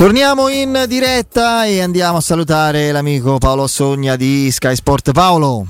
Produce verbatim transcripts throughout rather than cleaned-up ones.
Torniamo in diretta e andiamo a salutare l'amico Paolo Sogna di Sky Sport. Paolo.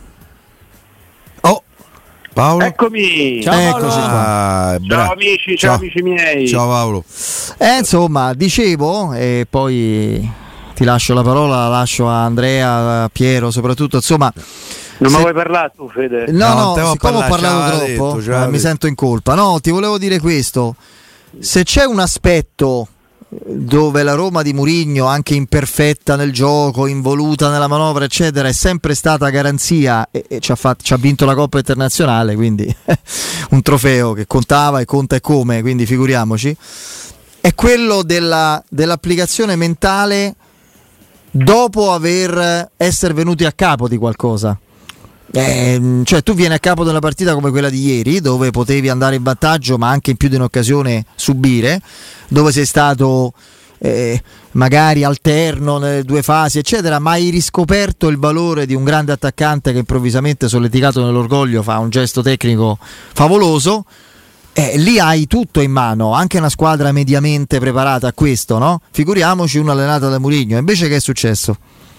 Oh, Paolo. Eccomi. Ciao, eccoci qua. Ah, ciao amici, ciao, ciao amici miei. Ciao Paolo. Eh, insomma, dicevo, e poi ti lascio la parola, la lascio a Andrea, a Piero soprattutto, insomma. Non se... mi vuoi parlare tu, Fede? No, no, no siccome ho parlato troppo, detto, eh, mi sento in colpa. No, ti volevo dire questo. Se c'è un aspetto dove la Roma di Mourinho, anche imperfetta nel gioco, involuta nella manovra eccetera, è sempre stata garanzia e, e ci, ha fatto, ci ha vinto la Coppa Internazionale, quindi un trofeo che contava e conta e come, quindi figuriamoci, è quello della, dell'applicazione mentale dopo aver essere venuti a capo di qualcosa. Eh, cioè tu vieni a capo di una partita come quella di ieri, dove potevi andare in vantaggio ma anche in più di un'occasione subire, dove sei stato eh, magari alterno nelle due fasi eccetera, ma hai riscoperto il valore di un grande attaccante che improvvisamente, solleticato nell'orgoglio, fa un gesto tecnico favoloso. Eh, lì hai tutto in mano, anche una squadra mediamente preparata a questo, no? Figuriamoci una allenata da Mourinho. Invece che è successo?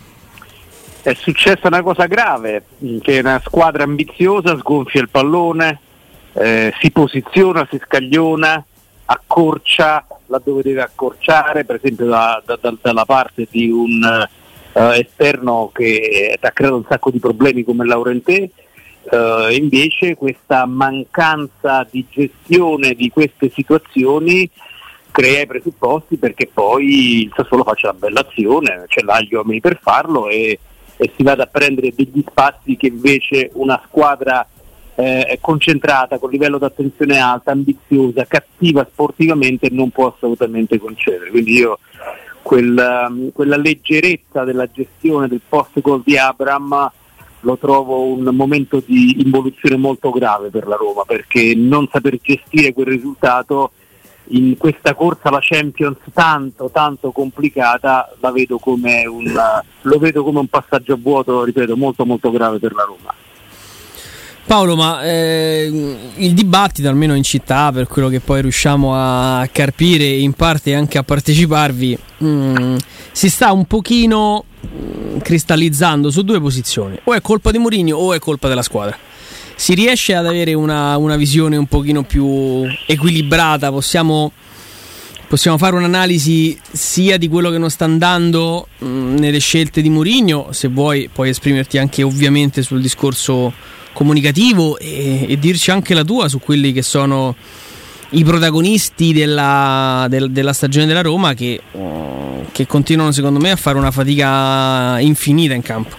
È successa una cosa grave, che una squadra ambiziosa sgonfia il pallone, eh, si posiziona, si scagliona, accorcia laddove deve accorciare, per esempio da, da, da, dalla parte di un uh, esterno che ha creato un sacco di problemi come Laurentè. Uh, invece questa mancanza di gestione di queste situazioni crea i presupposti perché poi il Sassuolo faccia una bella azione, ce l'ha gli uomini per farlo e e si vada a prendere degli spazi che invece una squadra eh, concentrata, con livello di attenzione alta, ambiziosa, cattiva sportivamente non può assolutamente concedere. Quindi io quella, quella leggerezza della gestione del post gol di Abraham lo trovo un momento di involuzione molto grave per la Roma, perché non saper gestire quel risultato in questa corsa alla Champions tanto tanto complicata la vedo come un lo vedo come un passaggio a vuoto, ripeto, molto molto grave per la Roma. Paolo, ma eh, il dibattito almeno in città, per quello che poi riusciamo a carpire e in parte anche a parteciparvi, mh, si sta un pochino mh, cristallizzando su due posizioni: o è colpa di Mourinho o è colpa della squadra. Si riesce ad avere una, una visione un pochino più equilibrata? Possiamo, possiamo fare un'analisi sia di quello che non sta andando mh, nelle scelte di Mourinho, se vuoi puoi esprimerti anche ovviamente sul discorso comunicativo e, e dirci anche la tua su quelli che sono i protagonisti della, del, della stagione della Roma che, uh, che continuano secondo me a fare una fatica infinita in campo.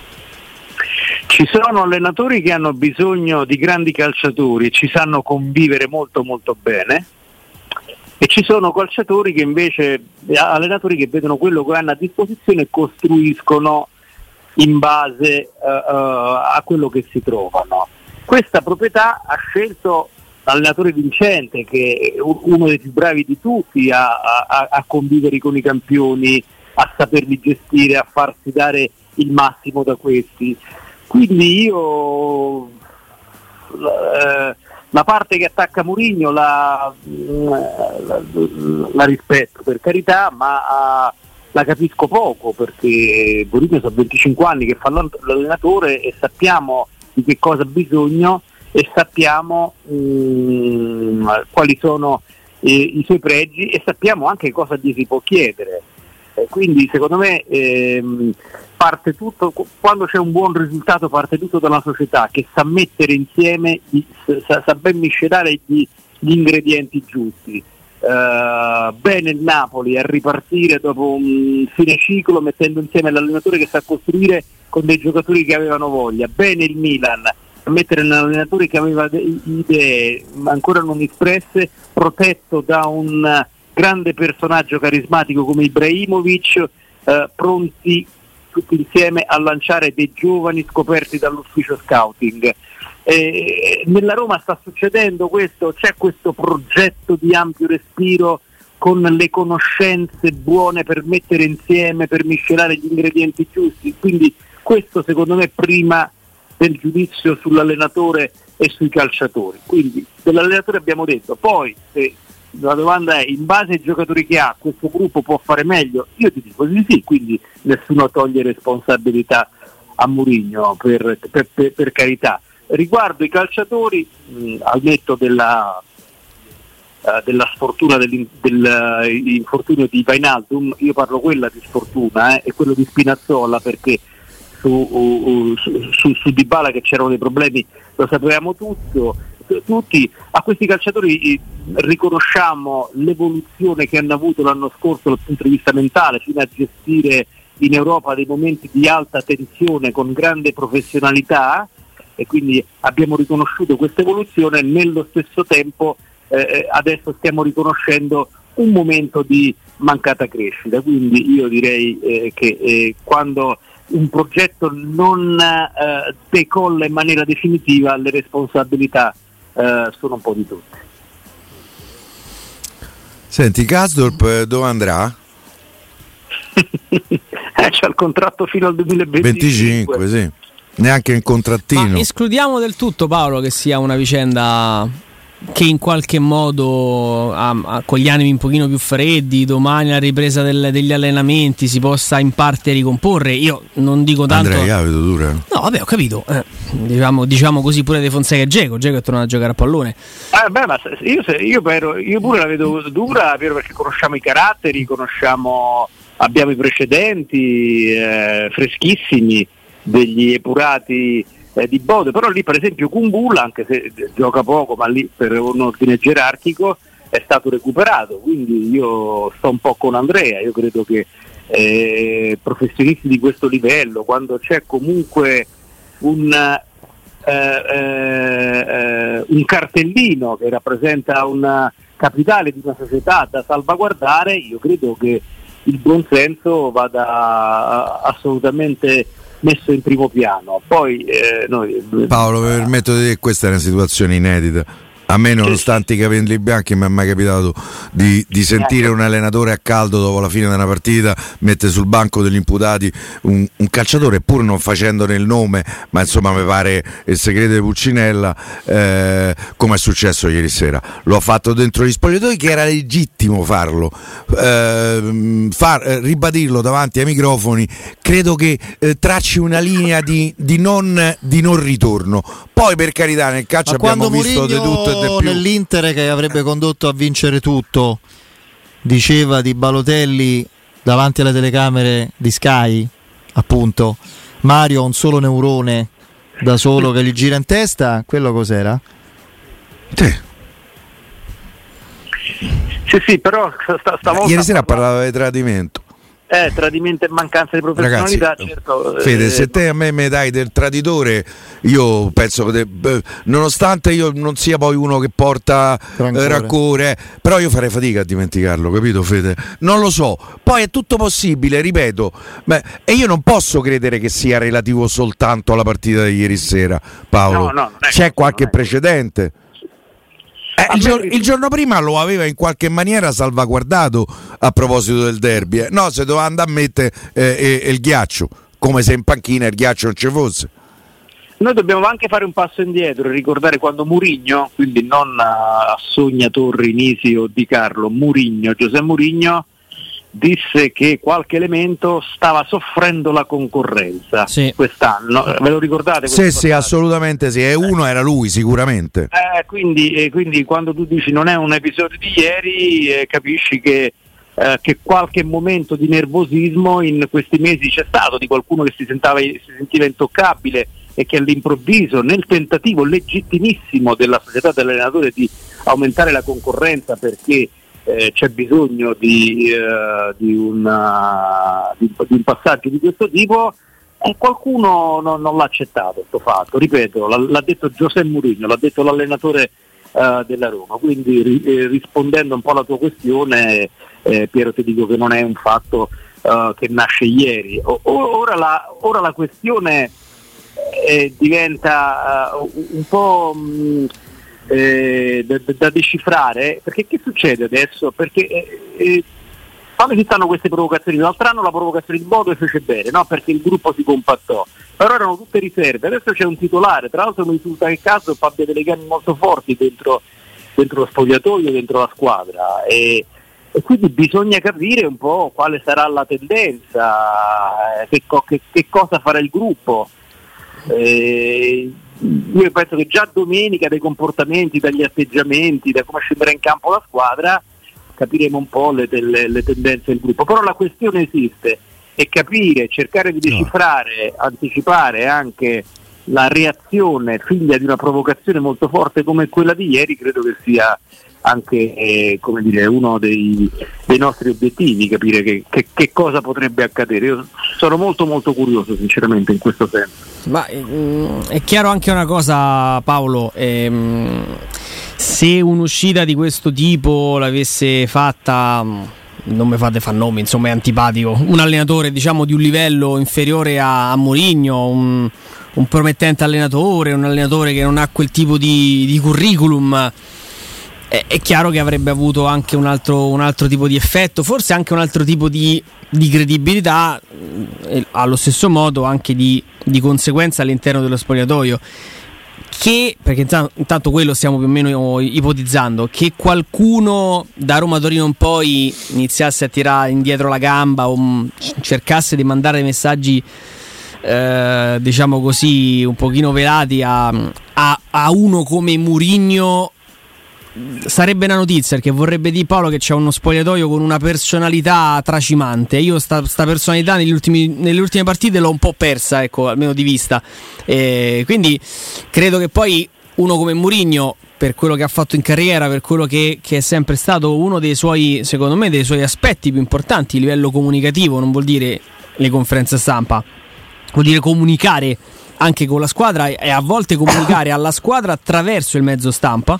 Ci sono allenatori che hanno bisogno di grandi calciatori e ci sanno convivere molto molto bene, e ci sono calciatori che invece, allenatori che vedono quello che hanno a disposizione e costruiscono in base uh, uh, a quello che si trovano. Questa proprietà ha scelto l'allenatore vincente, che è uno dei più bravi di tutti a, a, a convivere con i campioni, a saperli gestire, a farsi dare il massimo da questi. Quindi io eh, la parte che attacca Mourinho la, la, la rispetto, per carità, ma uh, la capisco poco, perché Mourinho sono venticinque anni che fa l'allenatore e sappiamo di che cosa ha bisogno e sappiamo mh, quali sono eh, i suoi pregi e sappiamo anche cosa gli si può chiedere. Eh, quindi secondo me ehm, parte tutto, quando c'è un buon risultato parte tutto da una società che sa mettere insieme, sa, sa ben miscelare gli, gli ingredienti giusti. Uh, bene il Napoli a ripartire dopo un fine ciclo mettendo insieme l'allenatore che sa costruire con dei giocatori che avevano voglia. Bene il Milan a mettere un allenatore che aveva de- idee ma ancora non espresse, protetto da un grande personaggio carismatico come Ibrahimovic, uh, pronti tutti insieme a lanciare dei giovani scoperti dall'ufficio scouting. Eh, nella Roma sta succedendo questo, c'è questo progetto di ampio respiro con le conoscenze buone per mettere insieme, per miscelare gli ingredienti giusti, quindi questo secondo me prima del giudizio sull'allenatore e sui calciatori. Quindi dell'allenatore abbiamo detto, poi se la domanda è: in base ai giocatori che ha, questo gruppo può fare meglio? Io ti dico di sì, quindi nessuno toglie responsabilità a Mourinho, per, per, per, per carità. Riguardo i calciatori, mh, al netto della, uh, della sfortuna dell'infortunio di Wijnaldum, io parlo quella di sfortuna eh, e quello di Spinazzola, perché su, uh, uh, su, su, su Dybala che c'erano dei problemi lo sapevamo tutto, tutti. A questi calciatori riconosciamo l'evoluzione che hanno avuto l'anno scorso dal punto di vista mentale, fino a gestire in Europa dei momenti di alta tensione con grande professionalità, e quindi abbiamo riconosciuto questa evoluzione. Nello stesso tempo eh, adesso stiamo riconoscendo un momento di mancata crescita, quindi io direi eh, che eh, quando un progetto non eh, decolla in maniera definitiva, le responsabilità eh, sono un po' di tutti. Senti, Karsdorp dove andrà? eh, c'ha il contratto fino al duemilaventicinque. venticinque, sì. Neanche in contrattino. Ma escludiamo del tutto, Paolo, che sia una vicenda che in qualche modo ha, ha, con gli animi un pochino più freddi, domani la ripresa del, degli allenamenti si possa in parte ricomporre. Io non dico tanto. Andrea, io la vedo dura. No, vabbè, ho capito. Eh, diciamo, diciamo così pure De Fonseca e Dzeko. Dzeko è tornato a giocare a pallone. Eh, beh, ma io, io, però, io pure la vedo dura, vero, perché conosciamo i caratteri, conosciamo, abbiamo i precedenti eh, freschissimi degli epurati eh, di Bode, però lì per esempio Kumbulla, anche se gioca poco, ma lì per un ordine gerarchico è stato recuperato, quindi io sto un po' con Andrea. Io credo che eh, professionisti di questo livello, quando c'è comunque un, eh, eh, un cartellino che rappresenta un capitale di una società da salvaguardare, io credo che il buonsenso vada assolutamente messo in primo piano. Poi eh, noi, Paolo, mi permetto di dire che questa è una situazione inedita. A me, nonostante i capelli bianchi, mi è mai capitato di, di sentire un allenatore a caldo dopo la fine di una partita mette sul banco degli imputati un, un calciatore, pur non facendone il nome, ma insomma mi pare il segreto di Pulcinella, eh, come è successo ieri sera. Lo ha fatto dentro gli spogliatoi, che era legittimo farlo, eh, far, eh, ribadirlo davanti ai microfoni, credo che eh, tracci una linea di, di, non, di non ritorno. Poi, per carità, nel calcio ma abbiamo visto di tutto e di più. Nell'Inter che avrebbe condotto a vincere tutto, diceva di Balotelli davanti alle telecamere di Sky, appunto: Mario ha un solo neurone da solo che gli gira in testa. Quello cos'era? Sì. Sì, sì, però st- stavolta ieri sera parlava di tradimento. Eh, tradimento e mancanza di professionalità. Ragazzi, certo, Fede, eh, se te a me mi dai del traditore, io penso che, beh, nonostante io non sia poi uno che porta eh, rancore, eh, però io farei fatica a dimenticarlo, capito, Fede? Non lo so, poi è tutto possibile, ripeto, beh, e io non posso credere che sia relativo soltanto alla partita di ieri sera, Paolo. No, no, c'è qualche precedente. Eh, il, giorno, il giorno prima lo aveva in qualche maniera salvaguardato a proposito del derby, eh. No, se doveva andare a mettere eh, eh, il ghiaccio, come se in panchina il ghiaccio non ci fosse. Noi dobbiamo anche fare un passo indietro e ricordare quando Mourinho, quindi non a Sogna Torri, Nisi o Di Carlo, Mourinho, Giuseppe Mourinho, disse che qualche elemento stava soffrendo la concorrenza, sì, quest'anno. Ve lo ricordate? Sì, sì, assolutamente sì. E uno era lui, sicuramente. Eh, quindi, eh, quindi quando tu dici non è un episodio di ieri, eh, capisci che, eh, che qualche momento di nervosismo in questi mesi c'è stato, di qualcuno che si, sentava, si sentiva intoccabile e che all'improvviso, nel tentativo legittimissimo della società dell'allenatore di aumentare la concorrenza perché Eh, c'è bisogno di, eh, di, una, di, di un passaggio di questo tipo, e qualcuno non, non l'ha accettato questo fatto, ripeto, l'ha, l'ha detto Giuseppe Mourinho, l'ha detto l'allenatore eh, della Roma, quindi ri, eh, rispondendo un po' alla tua questione, eh, Piero, ti dico che non è un fatto eh, che nasce ieri. O, ora, la, ora la questione eh, diventa uh, un po' mh, Eh, da, da decifrare, perché che succede adesso? Perché eh, eh, quando ci stanno queste provocazioni, l'altro anno la provocazione di Bodo fece bene, no? Perché il gruppo si compattò, però erano tutte riserve, adesso c'è un titolare, tra l'altro mi risulta che caso abbia dei legami molto forti dentro dentro lo spogliatoio, dentro la squadra, e, e quindi bisogna capire un po' quale sarà la tendenza, che, co- che, che cosa farà il gruppo. Eh, io penso che già domenica dai comportamenti, dagli atteggiamenti, da come scenderà in campo la squadra, capiremo un po' le, le, le tendenze del gruppo. Però la questione esiste, e capire, cercare di decifrare, no. anticipare anche la reazione figlia di una provocazione molto forte come quella di ieri, credo che sia anche eh, come dire, uno dei, dei nostri obiettivi, capire che, che, che cosa potrebbe accadere. Io sono molto molto curioso sinceramente in questo senso. Ma mh, è chiaro anche una cosa, Paolo, ehm, se un'uscita di questo tipo l'avesse fatta, non mi fate far nomi, insomma è antipatico, un allenatore diciamo di un livello inferiore a, a Mourinho, un, un promettente allenatore, un allenatore che non ha quel tipo di, di curriculum, è, è chiaro che avrebbe avuto anche un altro, un altro tipo di effetto, forse anche un altro tipo di, di credibilità, e allo stesso modo anche di, di conseguenza all'interno dello spogliatoio. Che, perché intanto, intanto quello stiamo più o meno ipotizzando, che qualcuno da Roma Torino in poi iniziasse a tirare indietro la gamba o m- cercasse di mandare messaggi eh, diciamo così un pochino velati a, a, a uno come Mourinho, sarebbe una notizia, perché vorrebbe dire, Paolo, che c'è uno spogliatoio con una personalità tracimante. Io sta, sta personalità negli ultimi, nelle ultime partite l'ho un po' persa, ecco, almeno di vista, e quindi credo che poi uno come Mourinho, per quello che ha fatto in carriera, per quello che, che è sempre stato uno dei suoi, secondo me, dei suoi aspetti più importanti a livello comunicativo, non vuol dire le conferenze stampa, vuol dire comunicare anche con la squadra e a volte comunicare alla squadra attraverso il mezzo stampa.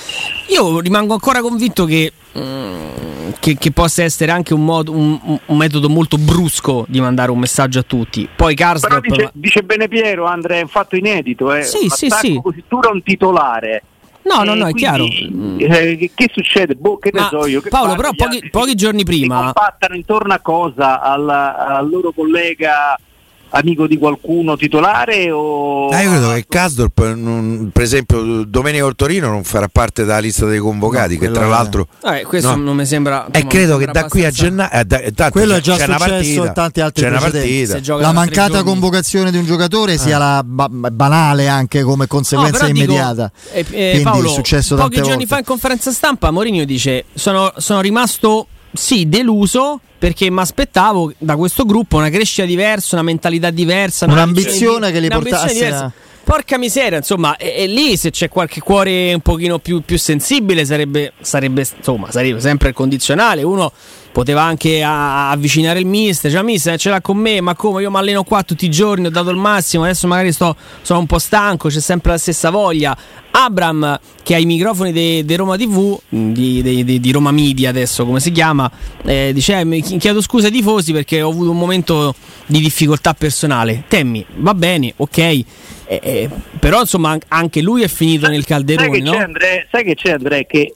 Io rimango ancora convinto che, mm, che, che possa essere anche un, modo, un, un metodo molto brusco di mandare un messaggio a tutti. Poi Karsdorp, però dice, ma... dice bene Piero, Andrea, è un fatto inedito, eh. Sì, sì, sì. Così tu da un titolare. No, no, no, è quindi, chiaro. Eh, che, che succede? Boh, che ne Ma, so io. Che Paolo, però pochi, altri, pochi giorni prima si compattano intorno a cosa? Al, al loro collega amico di qualcuno titolare o... Ah, io credo che Karsdorp, non, per esempio domenica col Torino, non farà parte della lista dei convocati, no, che tra l'altro eh, questo no. non mi sembra, e eh, credo che da qui a gennaio eh, da, quello è già c'è successo in tanti altri c'è una partita. La mancata convocazione di un giocatore eh. sia la ba- banale anche come conseguenza no, immediata. Dico, eh, eh, Paolo, è successo pochi giorni volte. Fa in conferenza stampa Mourinho dice sono, sono rimasto sì deluso, perché mi aspettavo da questo gruppo una crescita diversa, una mentalità diversa, un'ambizione che li portasse a... Porca miseria, insomma, e, e lì se c'è qualche cuore un pochino più, più sensibile sarebbe, sarebbe, insomma, sarebbe sempre il condizionale. Uno poteva anche a, avvicinare il mister, cioè mister ce l'ha con me, ma come, io mi alleno qua tutti i giorni, ho dato il massimo, adesso magari sto, sono un po' stanco, c'è sempre la stessa voglia. Abram, che ha i microfoni di Roma tivù, di, di, di, di Roma Media adesso come si chiama, eh, dice eh, chiedo scusa ai tifosi perché ho avuto un momento di difficoltà personale. Temmi, va bene, ok, eh, eh, però insomma anche lui è finito nel calderone. Sai che no? c'è, Andrea, sai che c'è Andrea che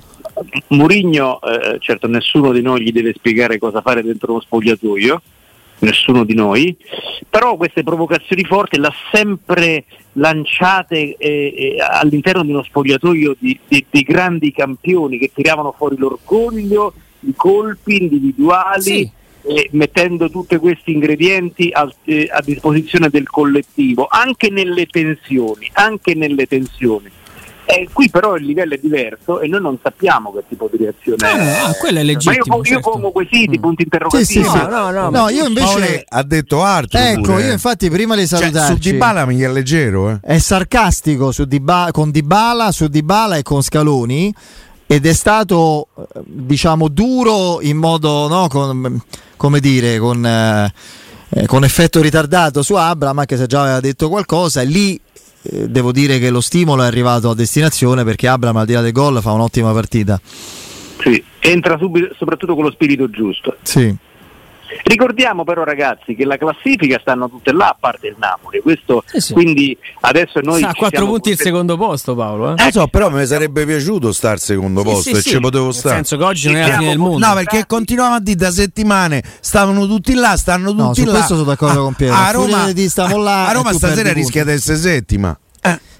Mourinho, eh, certo nessuno di noi gli deve spiegare cosa fare dentro lo spogliatoio, nessuno di noi, però queste provocazioni forti l'ha sempre lanciate eh, eh, all'interno di uno spogliatoio di, di, di grandi campioni che tiravano fuori l'orgoglio, i colpi individuali, sì. eh, mettendo tutti questi ingredienti a, eh, a disposizione del collettivo, anche nelle tensioni, anche nelle tensioni. Eh, qui però il livello è diverso e noi non sappiamo che tipo di reazione ah, è. Ah, quello è legittimo, ma io, certo. io pongo quesiti, mm. punti interrogativi. Sì, sì, sì. No, no, no, no, io invece Paolo ha detto altro. Ecco, pure, io infatti prima di salutarci, cioè, su Dybala mi è leggero, eh. È sarcastico su Dybala, con Dybala, su Dybala e con Scaloni, ed è stato diciamo duro in modo, no, con, come dire, con, eh, con effetto ritardato su Abraham, anche se già aveva detto qualcosa, e lì eh, devo dire che lo stimolo è arrivato a destinazione, perché Abraham al di là del gol fa un'ottima partita. Sì, entra subito, soprattutto con lo spirito giusto. Sì. Ricordiamo però ragazzi che la classifica stanno tutte là a parte il Napoli, questo eh sì. Quindi adesso noi sta a quattro punti il secondo posto, Paolo, eh? eh so, però mi sarebbe piaciuto star al secondo sì, posto sì, e sì. ci potevo Nel stare, senso che oggi non è la fine del mondo. no, perché continuavamo a dire da settimane stavano tutti là, stanno tutti no, su là. questo sono d'accordo a, con Piero. A Roma, di là, a Roma stasera rischia di essere settima. Eh.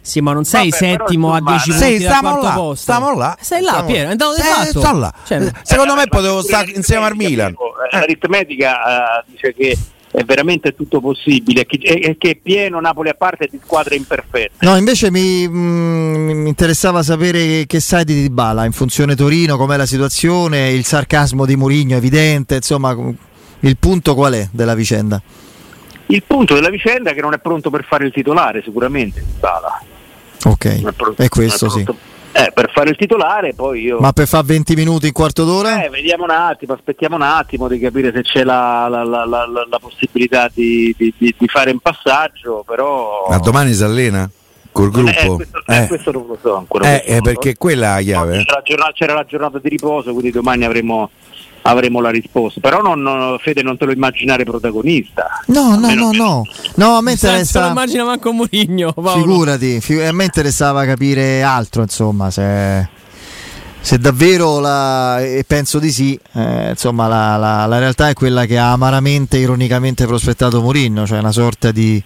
Sì, ma non sei Vabbè, settimo però, a dieci insomma, punti sì, dal stiamo quarto là, posto. stiamo là. Sei là, Stiamo Piero, è andato di Eh, fatto. sto là. Cioè, Secondo eh, me ma potevo stare insieme al Milan. Eh. L'aritmetica uh, dice che è veramente tutto possibile e che, che è pieno Napoli a parte di squadre imperfette. No, invece mi, mh, mi interessava sapere che sai di Dybala in funzione Torino, com'è la situazione, il sarcasmo di Mourinho evidente, insomma il punto qual è della vicenda? Il punto della vicenda è che non è pronto per fare il titolare sicuramente Dybala. Ok, è pronto, è questo sì. Eh, per fare il titolare poi io... Ma per fare venti minuti in quarto d'ora? Eh, vediamo un attimo, aspettiamo un attimo di capire se c'è la, la, la, la, la possibilità di, di, di, di fare un passaggio, però... Ma domani si allena? Col gruppo? Eh, questo, eh. Eh, questo non lo so ancora. Eh, eh, perché so. Quella è la chiave. C'era la, giornata, c'era la giornata di riposo, quindi domani avremo... avremo la risposta, però non, non, Fede non te lo immaginare protagonista. No, no, no, no, no, a me interessa. Non lo immagina manco Mourinho. Figurati, fig- a me interessava capire altro, insomma, se, se davvero la, e penso di sì, eh, insomma, la, la, la realtà è quella che ha amaramente, ironicamente prospettato Mourinho, cioè una sorta di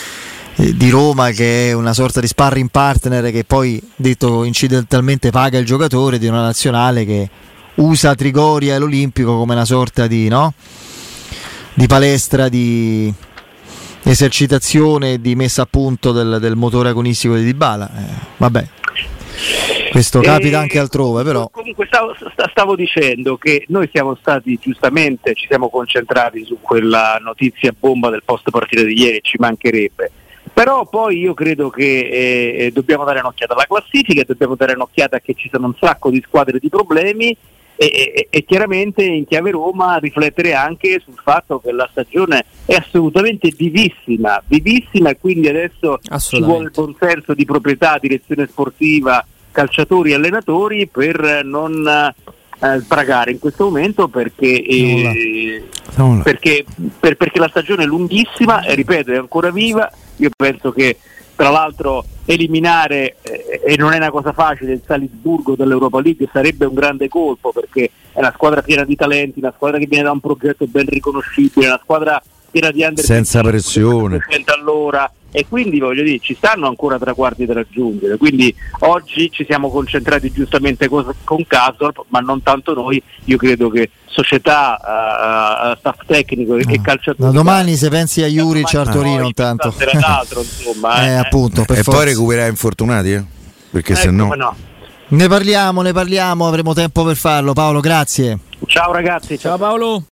di Roma che è una sorta di sparring partner che poi, detto incidentalmente, paga il giocatore di una nazionale che usa Trigoria e l'Olimpico come una sorta di, no? di palestra di esercitazione, di messa a punto del, del motore agonistico di Dybala. Eh, vabbè, questo capita e anche altrove, però. Comunque stavo, stavo dicendo che noi siamo stati giustamente, ci siamo concentrati su quella notizia bomba del post partita di ieri, ci mancherebbe. Però poi io credo che eh, dobbiamo dare un'occhiata alla classifica, dobbiamo dare un'occhiata che ci sono un sacco di squadre di problemi e, e, e chiaramente in chiave Roma riflettere anche sul fatto che la stagione è assolutamente vivissima, vivissima e quindi adesso ci vuole il buon senso di proprietà, direzione sportiva, calciatori e allenatori per non eh, sbragare in questo momento perché, eh, perché, per, perché la stagione è lunghissima e ripeto è ancora viva. Io penso che tra l'altro eliminare, eh, e non è una cosa facile, il Salisburgo dall'Europa League sarebbe un grande colpo perché è una squadra piena di talenti, una squadra che viene da un progetto ben riconoscibile, una squadra piena di under senza pressione all'ora, e quindi voglio dire ci stanno ancora traguardi da raggiungere, quindi oggi ci siamo concentrati giustamente con, con Karsdorp, ma non tanto noi. Io credo che società, uh, staff tecnico e no. calciatori, no, domani se pensi a Juric a Torino intanto insomma, eh, eh, appunto, per e forza. Poi recuperare infortunati eh? perché eh, se no... no ne parliamo, ne parliamo, avremo tempo per farlo. Paolo, grazie. Ciao ragazzi. Ciao Paolo.